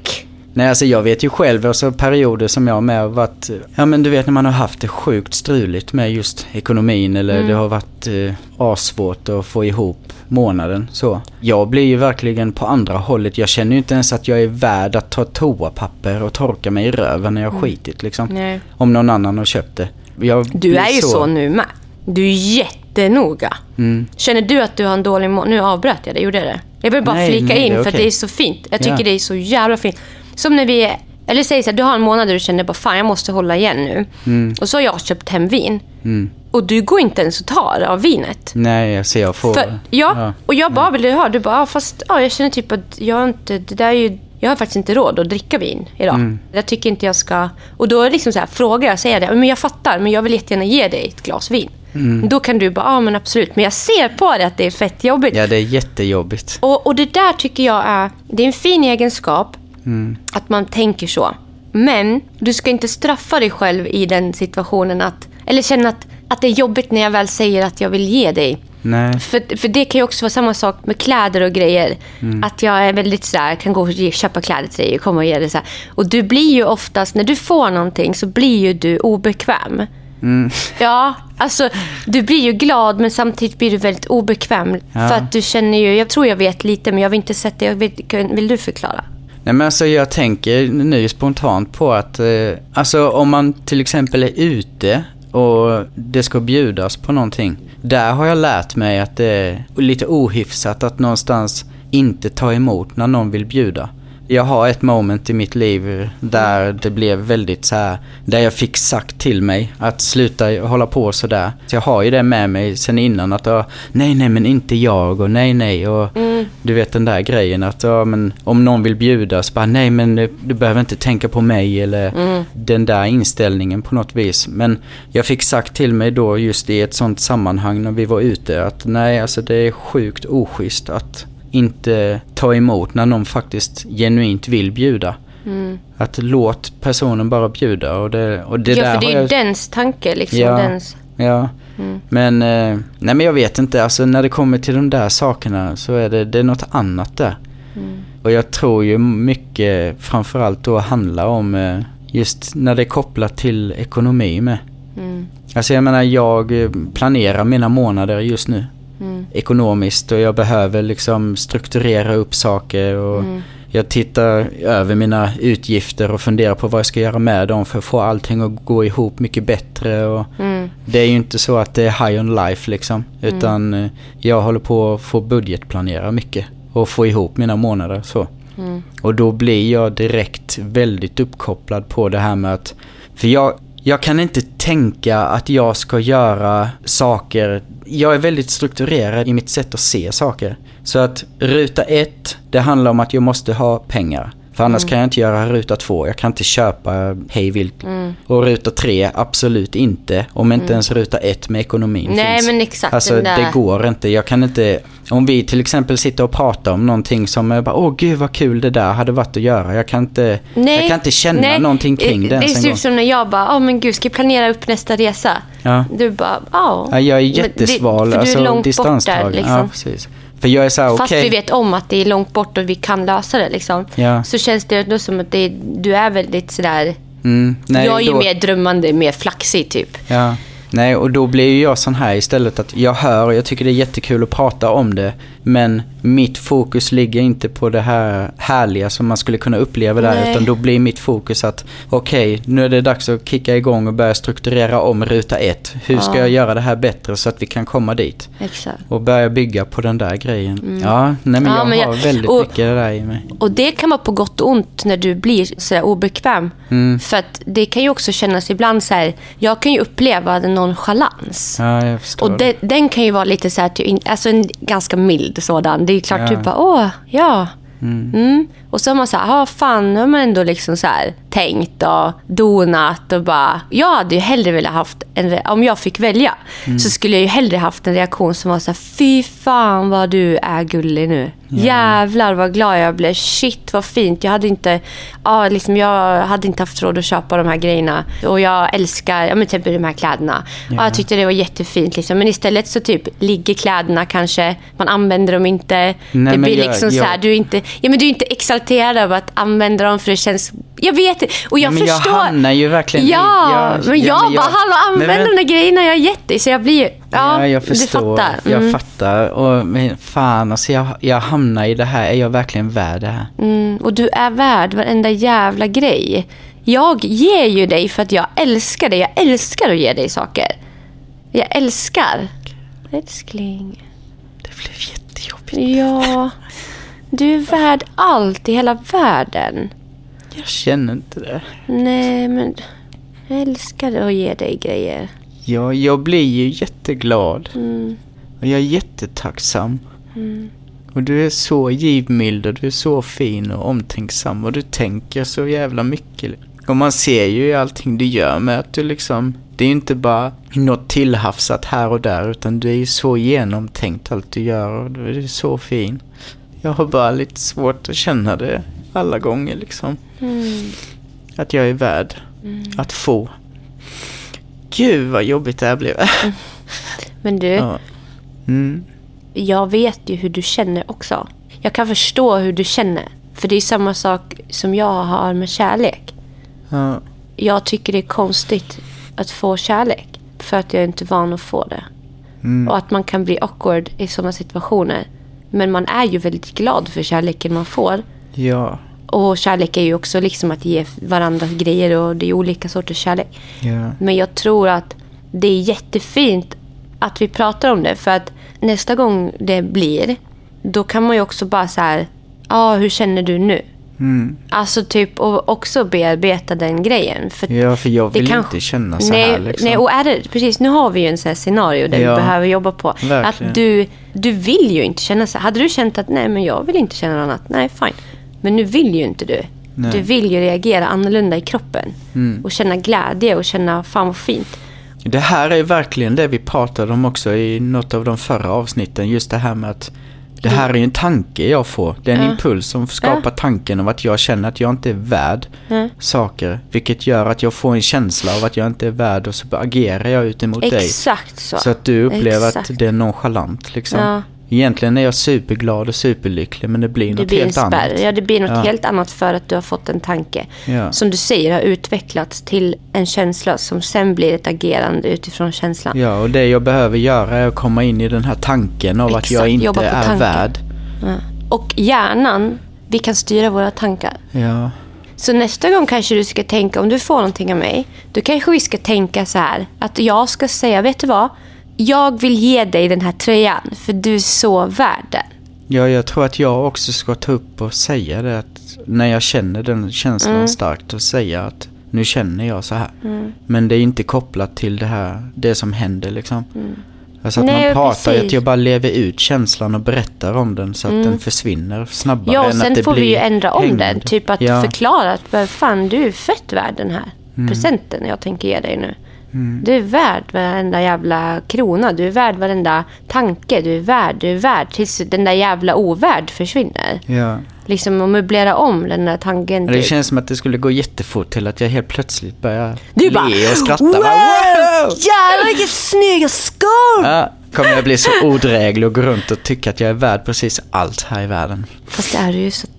Nej, alltså jag vet ju själv, alltså perioder som jag med har varit, ja men du vet när man har haft det sjukt struligt med just ekonomin eller det har varit asvårt att få ihop månaden så. Jag blir ju verkligen på andra hållet, jag känner ju inte ens att jag är värd att ta toapapper och torka mig i röven när jag har skitit liksom. Nej. Om någon annan har köpt det. Du är ju så nu med. Du är jättenoga. Känner du att du har en dålig nu avbröt jag det, gjorde jag det? Jag vill bara flika in för att det är så fint. Jag tycker det är så jävla fint. Som när vi eller säger så här, du har en månad där du känner bara fan jag måste hålla igen nu. Och så har jag köpt hem vin. Och du går inte ens och tar av vinet. Nej, jag ser jag får. Och jag bara vill du ha, du bara fast jag känner typ att jag inte det där är ju jag har faktiskt inte råd att dricka vin idag. Jag tycker inte jag ska. Och då är liksom så här frågar jag säger det, men jag fattar, men jag vill jättegärna ge dig ett glas vin. Då kan du bara, men absolut. Men jag ser på det att det är fett jobbigt. Ja, det är jättejobbigt. Och det där tycker jag det är en fin egenskap att man tänker så. Men du ska inte straffa dig själv i den situationen eller känna att det är jobbigt när jag väl säger att jag vill ge dig. Nej. För det kan ju också vara samma sak med kläder och grejer. Att jag är väldigt sådär, kan gå och köpa kläder till dig och komma och ge det så här. Och du blir ju oftast, när du får någonting så blir ju du obekväm. Ja, alltså du blir ju glad men samtidigt blir du väldigt obekväm. För att du känner ju, jag tror jag vet lite men jag vill inte sätta vill du förklara? Nej men alltså jag tänker nu spontant på att alltså om man till exempel är ute och det ska bjudas på någonting. Där har jag lärt mig att det är lite ohyfsat att någonstans inte ta emot när någon vill bjuda. Jag har ett moment i mitt liv där det blev väldigt så här, där jag fick sagt till mig att sluta hålla på så där. Så jag har ju det med mig sen innan att nej men inte jag och nej och du vet den där grejen att men om någon vill bjuda så bara nej men du behöver inte tänka på mig eller den där inställningen på något vis. Men jag fick sagt till mig då just i ett sånt sammanhang när vi var ute att nej alltså det är sjukt oschysst att inte ta emot när någon faktiskt genuint vill bjuda. Att låt personen bara bjuda och det ja, där för det är dens tanke liksom. Ja. Men nej men jag vet inte, alltså när det kommer till de där sakerna så är det något annat där. Och jag tror ju mycket framförallt då handlar om just när det är kopplat till ekonomi med. Alltså jag menar jag planerar mina månader just nu. Ekonomiskt och jag behöver liksom strukturera upp saker och jag tittar över mina utgifter och funderar på vad jag ska göra med dem för att få allting att gå ihop mycket bättre och det är ju inte så att det är high on life liksom utan jag håller på att få budgetplanera mycket och få ihop mina månader så. Och då blir jag direkt väldigt uppkopplad på det här med att för jag kan inte tänka att jag ska göra saker. Jag är väldigt strukturerad i mitt sätt att se saker. Så att ruta 1, det handlar om att jag måste ha pengar. För annars kan jag inte göra ruta 2. Jag kan inte köpa hej vilt. Och ruta 3, absolut inte. Om inte ens ruta 1 med ekonomin finns. Nej, men exakt. Alltså det går inte. Jag kan inte. Om vi till exempel sitter och pratar om någonting som är bara, gud vad kul det där hade varit att göra. Jag kan inte känna någonting kring det. Det är typ som när jag bara, men gud ska jag planera upp nästa resa? Ja. Du bara, ja, jag är jättesval. För du är långt bort där liksom. Ja, precis. För jag är så här, fast vi vet om att det är långt bort och vi kan lösa det liksom. Så känns det ändå som att du är väldigt sådär jag är ju mer drömmande, mer flaxig typ. Ja. Nej, och då blir ju jag sån här istället att jag hör och jag tycker det är jättekul att prata om det. Men mitt fokus ligger inte på det här härliga som man skulle kunna uppleva där. Utan då blir mitt fokus att okej, nu är det dags att kicka igång och börja strukturera om ruta 1. Hur ska jag göra det här bättre så att vi kan komma dit? Exakt. Och börja bygga på den där grejen. Ja, nej men jag har väldigt mycket det där i mig. Och det kan vara på gott och ont när du blir sådär obekväm. För att det kan ju också kännas ibland så här, jag kan ju uppleva den nonchalans. Ja, jag förstår. Och den kan ju vara lite så här, alltså en ganska mild sådan. Det är klart typ bara, och så har man så här, fan, nu har man ändå liksom så här tänkt och donat och bara, jag hade ju hellre velat haft om jag fick välja så skulle jag ju hellre haft en reaktion som var så här, fy fan vad du är gullig nu. Jävlar vad glad jag blev. Shit vad fint. Jag hade inte haft råd att köpa de här grejerna. Och jag älskar typ de här kläderna. Och jag tyckte det var jättefint liksom. Men istället så typ ligger kläderna kanske, man använder dem inte. Nej, det blir liksom så här, du är inte exalterad exploaterad av att använda dem för det känns... Jag vet inte. Och jag förstår... Jag hamnar ju verkligen men jag bara, hallå, använd de där grejerna jag har gett dig. Så jag blir ju... Ja, jag förstår. Du fattar. Jag fattar. Och men fan, alltså jag hamnar i det här. Är jag verkligen värd det här? Och du är värd varenda jävla grej. Jag ger ju dig för att jag älskar dig. Jag älskar att ge dig saker. Jag älskar. Älskling. Det blev jättejobbigt. Ja. Du är värd allt i hela världen. Jag känner inte det. Nej, men jag älskar att ge dig grejer. Ja, jag blir ju jätteglad. Och jag är jättetacksam. Och du är så givmild och du är så fin och omtänksam. Och du tänker så jävla mycket. Och man ser ju i allting du gör med att du liksom... Det är inte bara något tillhafsat här och där. Utan du är ju så genomtänkt allt du gör. Och du är så fin. Jag har bara lite svårt att känna det alla gånger liksom. Att jag är värd att få. Gud vad jobbigt det här blev. Men du, ja. Jag vet ju hur du känner också. Jag kan förstå hur du känner. För det är samma sak som jag har med kärlek. Ja. Jag tycker det är konstigt att få kärlek. För att jag inte är van att få det. Och att man kan bli awkward i sådana situationer. Men man är ju väldigt glad för kärleken man får. Ja. Och kärlek är ju också liksom att ge varandra grejer. Och det är olika sorters kärlek. Ja. Men jag tror att det är jättefint att vi pratar om det. För att nästa gång det blir, då kan man ju också bara så här, hur känner du nu? Alltså typ, och också bearbeta den grejen. För jag vill inte känna så här liksom. Nej, och är det, precis, nu har vi ju en sån här scenario där vi behöver jobba på. Verkligen. Att du vill ju inte känna så här. Hade du känt att nej, men jag vill inte känna något annat, nej, fine. Men nu vill ju inte du. Nej. Du vill ju reagera annorlunda i kroppen. Och känna glädje och känna fan vad fint. Det här är verkligen det vi pratade om också i något av de förra avsnitten. Just det här med att det här är ju en tanke jag får. Det är en impuls som skapar tanken av att jag känner att jag inte är värd saker. Vilket gör att jag får en känsla av att jag inte är värd och så agerar jag ut emot dig. Exakt så. Så att du upplever att det är nonchalant liksom. Ja. Egentligen är jag superglad och superlycklig, men det blir något helt annat. Ja, det blir något helt annat för att du har fått en tanke. Ja. Som du säger har utvecklats till en känsla som sen blir ett agerande utifrån känslan. Ja, och det jag behöver göra är att komma in i den här tanken av att jag inte är värd. Ja. Och hjärnan, vi kan styra våra tankar. Ja. Så nästa gång kanske du ska tänka, om du får någonting av mig, då kanske vi ska tänka så här, att jag ska säga, vet du vad? Jag vill ge dig den här tröjan för du är så värd den. Ja, jag tror att jag också ska ta upp och säga det, att när jag känner den känslan starkt, och säga att nu känner jag så här. Men det är inte kopplat till det som händer liksom. Alltså att man pratar, att jag bara lever ut känslan och berättar om den så att den försvinner snabbare. Ja, och än sen att det får blir vi ju ändra om hängd. den. Typ att förklara att fan, du är fett värd den här presenten jag tänker ge dig nu. Du är värd varenda jävla krona. Du är värd varenda tanke. Du är värd tills den där jävla ovärd försvinner. Ja. Liksom att möblera om den där tanken. Det känns som att det skulle gå jättefort till att jag helt plötsligt börjar le och skratta. Wow! Jävlar vilket snygga skor! Ja, kommer jag bli så odräglig och gå runt och tycka att jag är värd precis allt här i världen. Fast det är ju så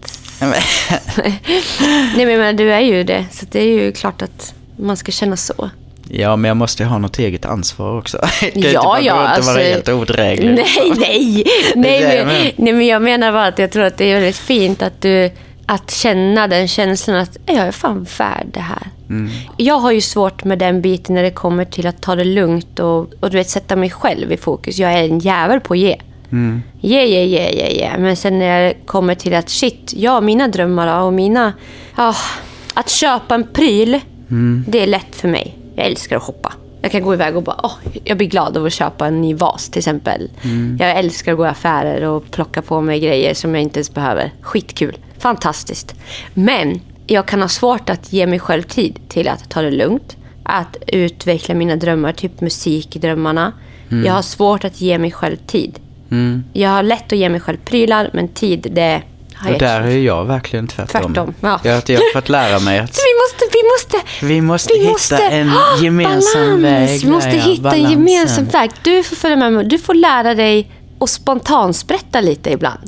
Nej men du är ju det. Så det är ju klart att man ska känna så. Ja, men jag måste ha något eget ansvar också. Ja, alltså, vara helt odräglig. Nej, men jag menar bara att jag tror att det är väldigt fint att känna den känslan att jag är fan värd det här. Jag har ju svårt med den biten när det kommer till att ta det lugnt och du vet, sätta mig själv i fokus. Jag är en jävel på att ge. Ge. Men sen när det kommer till att mina drömmar och mina... att köpa en pryl, det är lätt för mig. Jag älskar att shoppa. Jag kan gå iväg och bara, jag blir glad av att köpa en ny vas till exempel. Jag älskar att gå i affärer och plocka på mig grejer som jag inte ens behöver. Skitkul. Fantastiskt. Men jag kan ha svårt att ge mig själv tid till att ta det lugnt. Att utveckla mina drömmar, typ musikdrömmarna. Jag har svårt att ge mig själv tid. Jag har lätt att ge mig själv prylar, men tid, det... Och där är jag verkligen tvärtom. Ja. Jag har fått lära mig att vi måste hitta en gemensam väg. Vi måste hitta en gemensam väg. Du får följa med mig. Du får lära dig att spontansprätta lite ibland.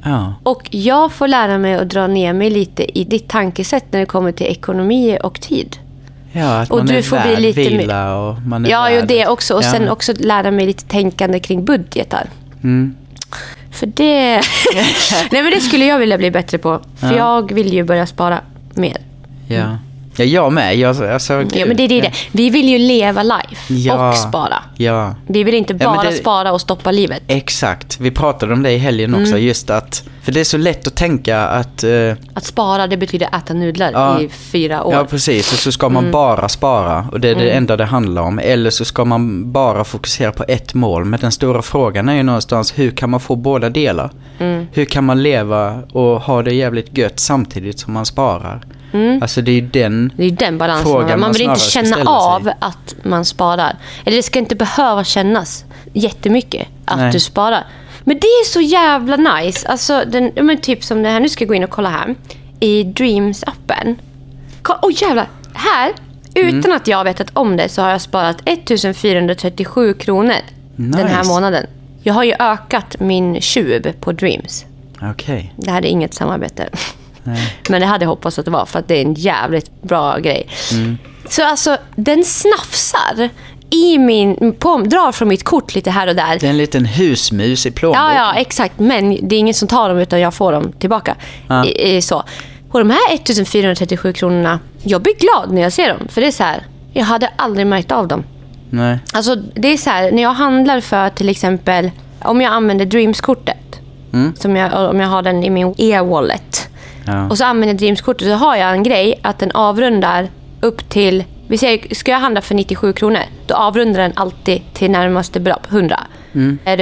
Ja. Och jag får lära mig att dra ner mig lite i ditt tankesätt när det kommer till ekonomi och tid. Ja, att och man du är får värd bli lite vila och man är ja, värd. Jo, det också. Och ja. sen också lära mig lite tänkande kring budgetar. Mm. För det... Nej, men det skulle jag vilja bli bättre på. För jag vill ju börja spara mer. Ja. Ja, jag med. Ja, men det är det. Vi vill ju leva life och spara. Ja. Vi vill inte bara spara och stoppa livet. Exakt. Vi pratade om det i helgen också. Just att, för det är så lätt att tänka att... Att spara, det betyder äta nudlar i 4 år. Ja, precis. Och så ska man bara spara. Och det är det enda det handlar om. Eller så ska man bara fokusera på ett mål. Men den stora frågan är ju någonstans, hur kan man få båda delar? Hur kan man leva och ha det jävligt gött samtidigt som man sparar? Alltså det är den balansen. Man vill inte känna av att man sparar. Eller det ska inte behöva kännas jättemycket att du sparar. Men det är så jävla nice. Alltså men typ som det här, nu ska jag gå in och kolla här i Dreams-appen. Jävlar, här utan att jag vetat om det så har jag sparat 1437 kronor den här månaden. Jag har ju ökat min tjuv på Dreams. Okej. Det här är inget samarbete. Nej. Men det hade jag hoppats att det var, för att det är en jävligt bra grej. Så alltså, den snafsar i drar från mitt kort lite här och där. Det är en liten husmus i plånboken. Ja, exakt. Men det är ingen som tar dem, utan jag får dem tillbaka. Så. Och de här 1437 kronorna, jag blir glad när jag ser dem. För det är så här, jag hade aldrig märkt av dem. Nej. Alltså, det är så här, när jag handlar för till exempel, om jag använder Dreams-kortet, om jag har den i min e-wallet. Ja. Och så använder Dreams-kortet, så har jag en grej att den avrundar upp till, vi säger, ska jag handla för 97 kronor, då avrundar den alltid till närmaste belopp, 100. Är det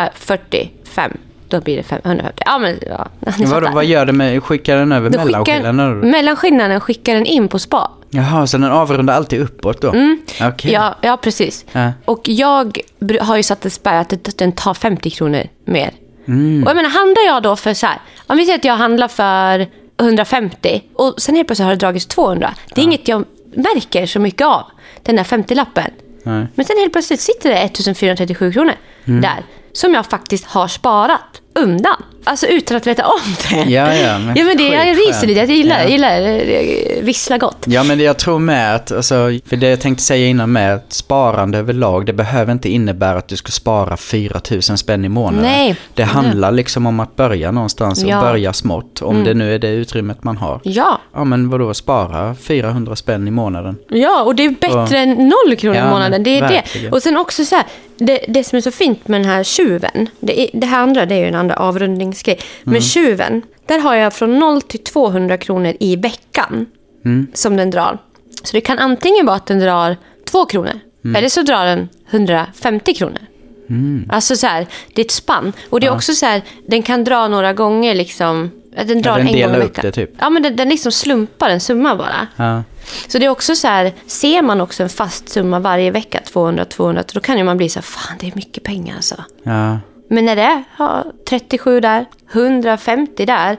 145, då blir det 550. Ja, men ja. Vad gör det med, skickar den över mellanskillnaden? Mellanskillnaden skickar den in på spa. Jaha, så den avrundar alltid uppåt då? Okay. Ja, precis. Och jag har ju satt en spärr att den tar 50 kronor mer. Och jag menar, handlar jag då för så här, om vi säger att jag handlar för 150 och sen helt plötsligt har det dragits 200. Det är inget jag märker så mycket av, den där 50-lappen. Men sen helt plötsligt sitter det 1437 kronor där, som jag faktiskt har sparat undan. Alltså utan att veta om det. Ja, men det är risigt lite. Jag gillar vissla gott. Ja, men jag tror med att, alltså, för det jag tänkte säga innan med att sparande överlag, det behöver inte innebära att du ska spara 4 000 spänn i månaden. Nej. Det handlar liksom om att börja någonstans och börja smått. Om det nu är det utrymmet man har. Ja, men vadå, spara 400 spänn i månaden. Ja, och det är bättre än 0 kronor i månaden. Det är verkligen det. Och sen också så här, det som är så fint med den här tjuven, det här andra, det är ju en andra avrundningsgrej. Men tjuven, där har jag från 0 till 200 kronor i veckan som den drar. Så det kan antingen vara att den drar 2 kronor eller så drar den 150 kronor. Alltså så här, det är ett spann. Och det är också så här, den kan dra några gånger liksom. Den drar en gång i veckan. Det, typ. Ja, men den liksom slumpar en summa bara. Ja. Så det är också så här, ser man också en fast summa varje vecka, 200, då kan ju man bli så här, fan, det är mycket pengar alltså. Ja. Men när det är 37 där, 150 där,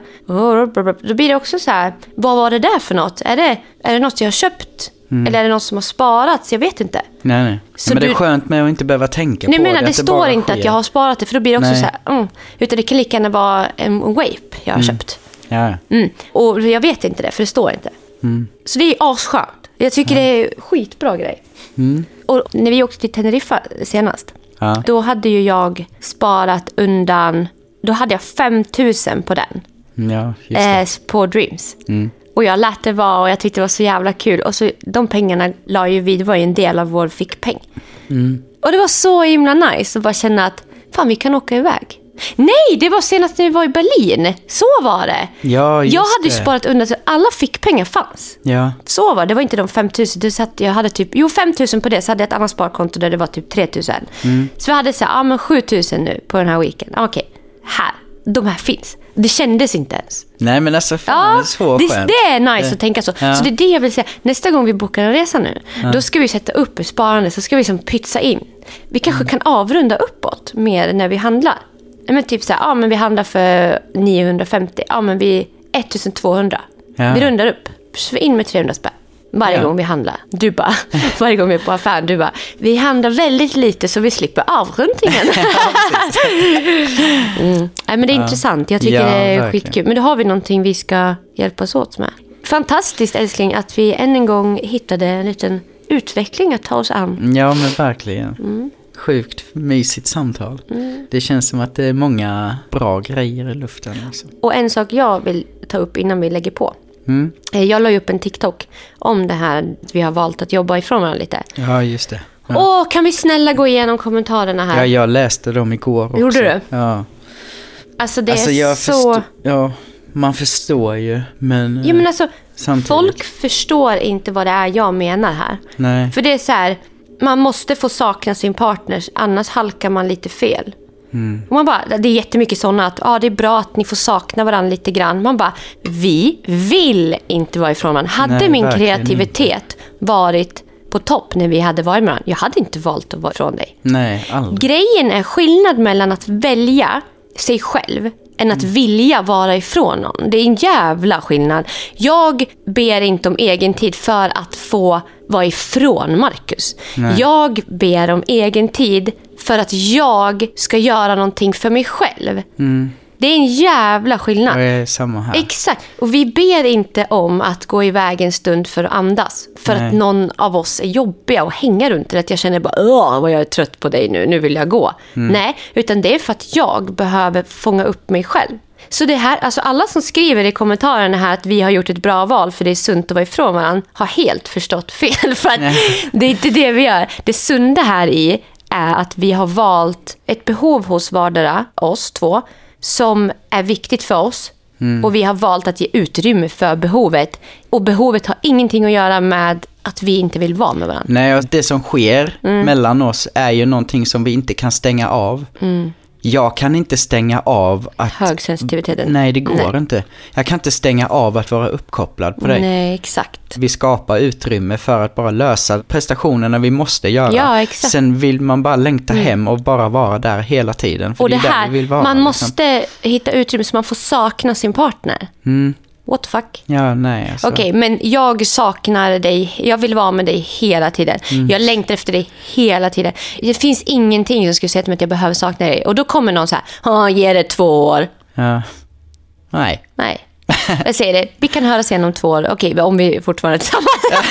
då blir det också så här, vad var det där för något? Är det något jag har köpt? Eller är det något som har sparats? Jag vet inte. Nej. Så men det är skönt med att inte behöva tänka på det. Det står inte att jag har sparat det, för då blir det också så här, utan det kan lika gärna vara en vape jag har köpt. Ja. Och jag vet inte det, för det står inte. Så det är asskönt. Jag tycker det är skitbra grej. Och när vi åkte till Teneriffa senast, då hade ju jag sparat undan, då hade jag 5 000 på den. Ja, just det. På Dreams. Och jag lät det vara och jag tyckte det var så jävla kul. Och så de pengarna la ju vid, var ju en del av vår fickpeng. Och det var så himla nice att bara känna att fan, vi kan åka iväg. Nej, det var senast när vi var i Berlin. Så var det. Ja, jag hade ju sparat undan så alla fickpengar fanns. Ja. Så var det. Det var inte de 5 000. Jag hade typ 5 000 på det. Så hade jag ett annat sparkonto där det var typ 3 000. Så vi hade så här, men 7 000 nu på den här weekend. Okej, här. De här finns. Det kändes inte ens. Nej, men alltså fan, det är så skönt. Det är nice att tänka så. Ja. Så det är det jag vill säga. Nästa gång vi bokar en resa nu, då ska vi sätta upp ett sparande, så ska vi liksom pytsa in. Vi kanske kan avrunda uppåt mer när vi handlar. Men typ så här, men vi handlar för 950. Men vi 1200. Ja. Vi rundar upp. Så vi in med 300 spänn. varje gång vi handlar. Du bara, varje gång vi är på affären, du bara, vi handlar väldigt lite så vi slipper avrundningen. Nej, men det är intressant. Jag tycker det är verkligen skitkul. Men då har vi någonting vi ska hjälpas åt med. Fantastiskt, älskling, att vi än en gång hittade en liten utveckling att ta oss an. Ja, men verkligen. Sjukt mysigt samtal. Det känns som att det är många bra grejer i luften. Alltså. Och en sak jag vill ta upp innan vi lägger på. Jag la upp en TikTok om det här vi har valt att jobba ifrån varandra lite. Ja, just det. Ja. Kan vi snälla gå igenom kommentarerna här? Ja, jag läste dem igår också. Gjorde du? Ja. Alltså det är så... Man förstår ju, men... Ja, men alltså, samtidigt. Folk förstår inte vad det är jag menar här. Nej. För det är så här, man måste få sakna sin partner, annars halkar man lite fel. Och man bara, det är jättemycket sådana att det är bra att ni får sakna varandra lite grann. Man bara, vi vill inte vara ifrån varandra. Hade min kreativitet varit på topp när vi hade varit med varandra, jag hade inte valt att vara ifrån dig. Nej, aldrig. Grejen är skillnad mellan att välja sig själv än att vilja vara ifrån någon. Det är en jävla skillnad. Jag ber inte om egen tid för att få vara ifrån Marcus. Nej. Jag ber om egen tid för att jag ska göra någonting för mig själv. Det är en jävla skillnad. Det är samma här. Exakt. Och vi ber inte om att gå iväg en stund för att andas. För att någon av oss är jobbiga och hänga runt det. Att jag känner bara, vad jag är trött på dig nu vill jag gå. Nej, utan det är för att jag behöver fånga upp mig själv. Så det här, alltså alla som skriver i kommentarerna här att vi har gjort ett bra val för det är sunt att vara ifrån varandra har helt förstått fel. För att det är inte det vi gör. Det sunda här i är att vi har valt ett behov hos vardera, oss två, som är viktigt för oss. Och vi har valt att ge utrymme för behovet. Och behovet har ingenting att göra med att vi inte vill vara med varandra. Nej, och det som sker mellan oss är ju någonting som vi inte kan stänga av. Jag kan inte stänga av att... högsensitiviteten. Nej, det går inte. Jag kan inte stänga av att vara uppkopplad på dig. Nej, exakt. Vi skapar utrymme för att bara lösa prestationerna vi måste göra. Ja, exakt. Sen vill man bara längta hem och bara vara där hela tiden. För och det är här, där vi vill vara, man måste hitta utrymme så man får sakna sin partner. What the fuck? Ja, nej. Alltså. Okej, men jag saknar dig. Jag vill vara med dig hela tiden. Jag längtar efter dig hela tiden. Det finns ingenting som skulle säga till mig att jag behöver sakna dig. Och då kommer någon så här, ge det 2 år. Ja. Nej. Jag säger det, vi kan höra sen om 2 år. Okej, om vi fortfarande är tillsammans.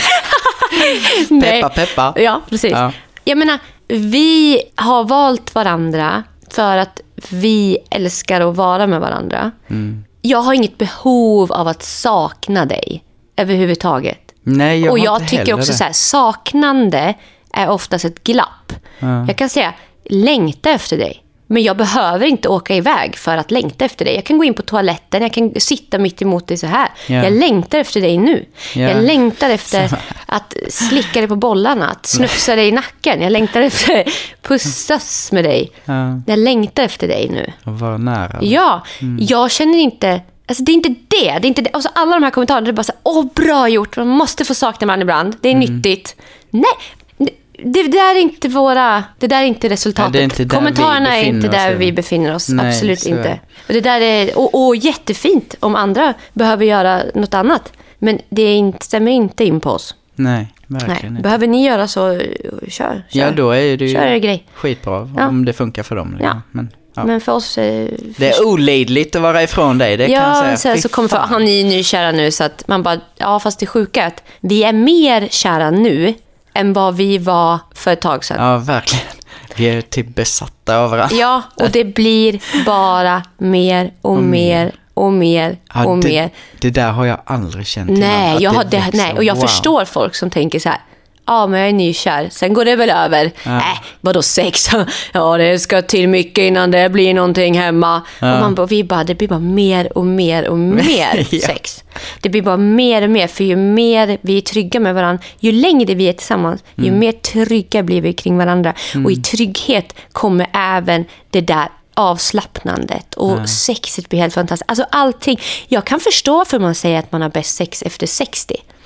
Peppa. Ja, precis. Ja. Jag menar, vi har valt varandra för att vi älskar att vara med varandra. Jag har inget behov av att sakna dig överhuvudtaget. Nej, och jag tycker också så här, saknande är oftast ett glapp. Jag kan säga, längta efter dig. Men jag behöver inte åka iväg för att längta efter dig. Jag kan gå in på toaletten, jag kan sitta mitt emot dig så här. Jag längtar efter dig nu. Jag längtar efter att slicka dig på bollarna, att snufsa dig i nacken. Jag längtar efter pussas med dig. Jag längtar efter dig nu. Och vara nära. Ja, jag känner inte... Alltså det är inte det. Det är inte det. Alltså alla de här kommentarerna är bara så bra gjort. Man måste få sakna varandra ibland. Det är nyttigt. Nej, det där är inte det där är inte resultatet. Nej, är inte kommentarerna är inte där vi befinner oss. Nej, absolut inte. Och det där är och jättefint om andra behöver göra något annat. Men det stämmer inte in på oss. Nej, verkligen inte. Behöver ni göra så, kör. Ja, då är det ju grej. Skitbra om det funkar för dem. Ja. Men för oss... det är olidligt att vara ifrån dig, det kan jag säga. Så kommer han är nykära nu så att man bara, fast det sjuka är att vi är mer kära nu än vad vi var för ett tag sedan. Ja, verkligen. Vi är typ besatta av varandra. Ja, och det blir bara mer och mer och mer och mer. Det där har jag aldrig känt. Nej, och jag förstår folk som tänker så här. Ja, men jag är nykär. Sen går det väl över. Vadå sex? Ja, det ska till mycket innan det blir någonting hemma. Och det blir bara mer och mer och mer sex. Det blir bara mer och mer. För ju mer vi är trygga med varandra, ju längre vi är tillsammans, ju mer trygga blir vi kring varandra. Och i trygghet kommer även det där avslappnandet och sexet blir helt fantastiskt. Alltså allting. Jag kan förstå för man säger att man har bäst sex efter 60.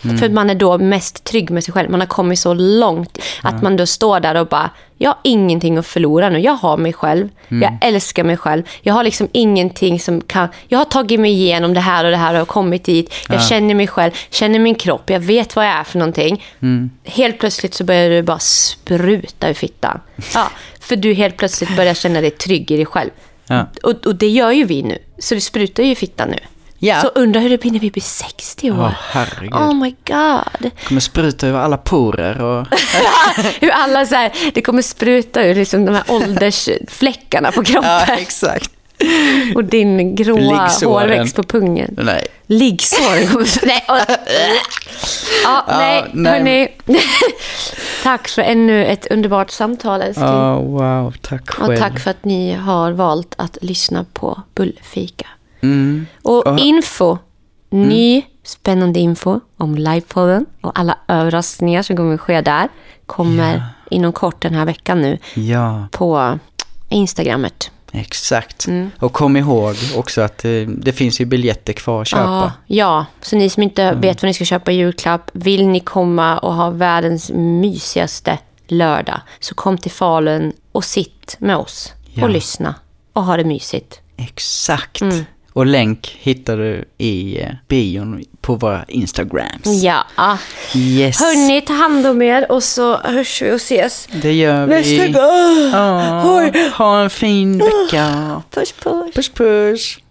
För man är då mest trygg med sig själv. Man har kommit så långt att man då står där och bara, jag har ingenting att förlora nu. Jag har mig själv. Jag älskar mig själv. Jag har liksom ingenting som kan... Jag har tagit mig igenom det här och det här och kommit dit. Jag känner mig själv, känner min kropp. Jag vet vad jag är för någonting. Helt plötsligt så börjar du bara spruta ur fittan. Ja, för du helt plötsligt börjar känna dig trygg i dig själv. Ja. Och det gör ju vi nu. Så det sprutar ju i fittan nu. Ja. Så undrar hur det blir när vi blir 60 år. Herregud. Oh my god. Det kommer spruta över alla porer. Och... hur alla så här, det kommer spruta ur liksom de här åldersfläckarna på kroppen. Ja, exakt. Och din gråa hårväxt på pungen. Nej. Liggsår. Nej. Nej. Hörni. Tack för ännu ett underbart samtal, älskling. Wow, tack själv. Och tack för att ni har valt att lyssna på Bullfika. Och info, ny spännande info om livepodden och alla överraskningar som kommer ske där kommer inom kort den här veckan nu på Instagrammet. Exakt. Och kom ihåg också att det finns ju biljetter kvar att köpa. Ja, så ni som inte vet vad ni ska köpa i julklapp, vill ni komma och ha världens mysigaste lördag, så kom till Falun och sitt med oss och lyssna och ha det mysigt. Exakt. Och länk hittar du i bion på våra Instagrams. Ja. Yes. Hörni, ta hand om er och så hörs vi och ses. Det gör vi. Nästa gång. Ha en fin vecka. Puss, puss. Puss, puss.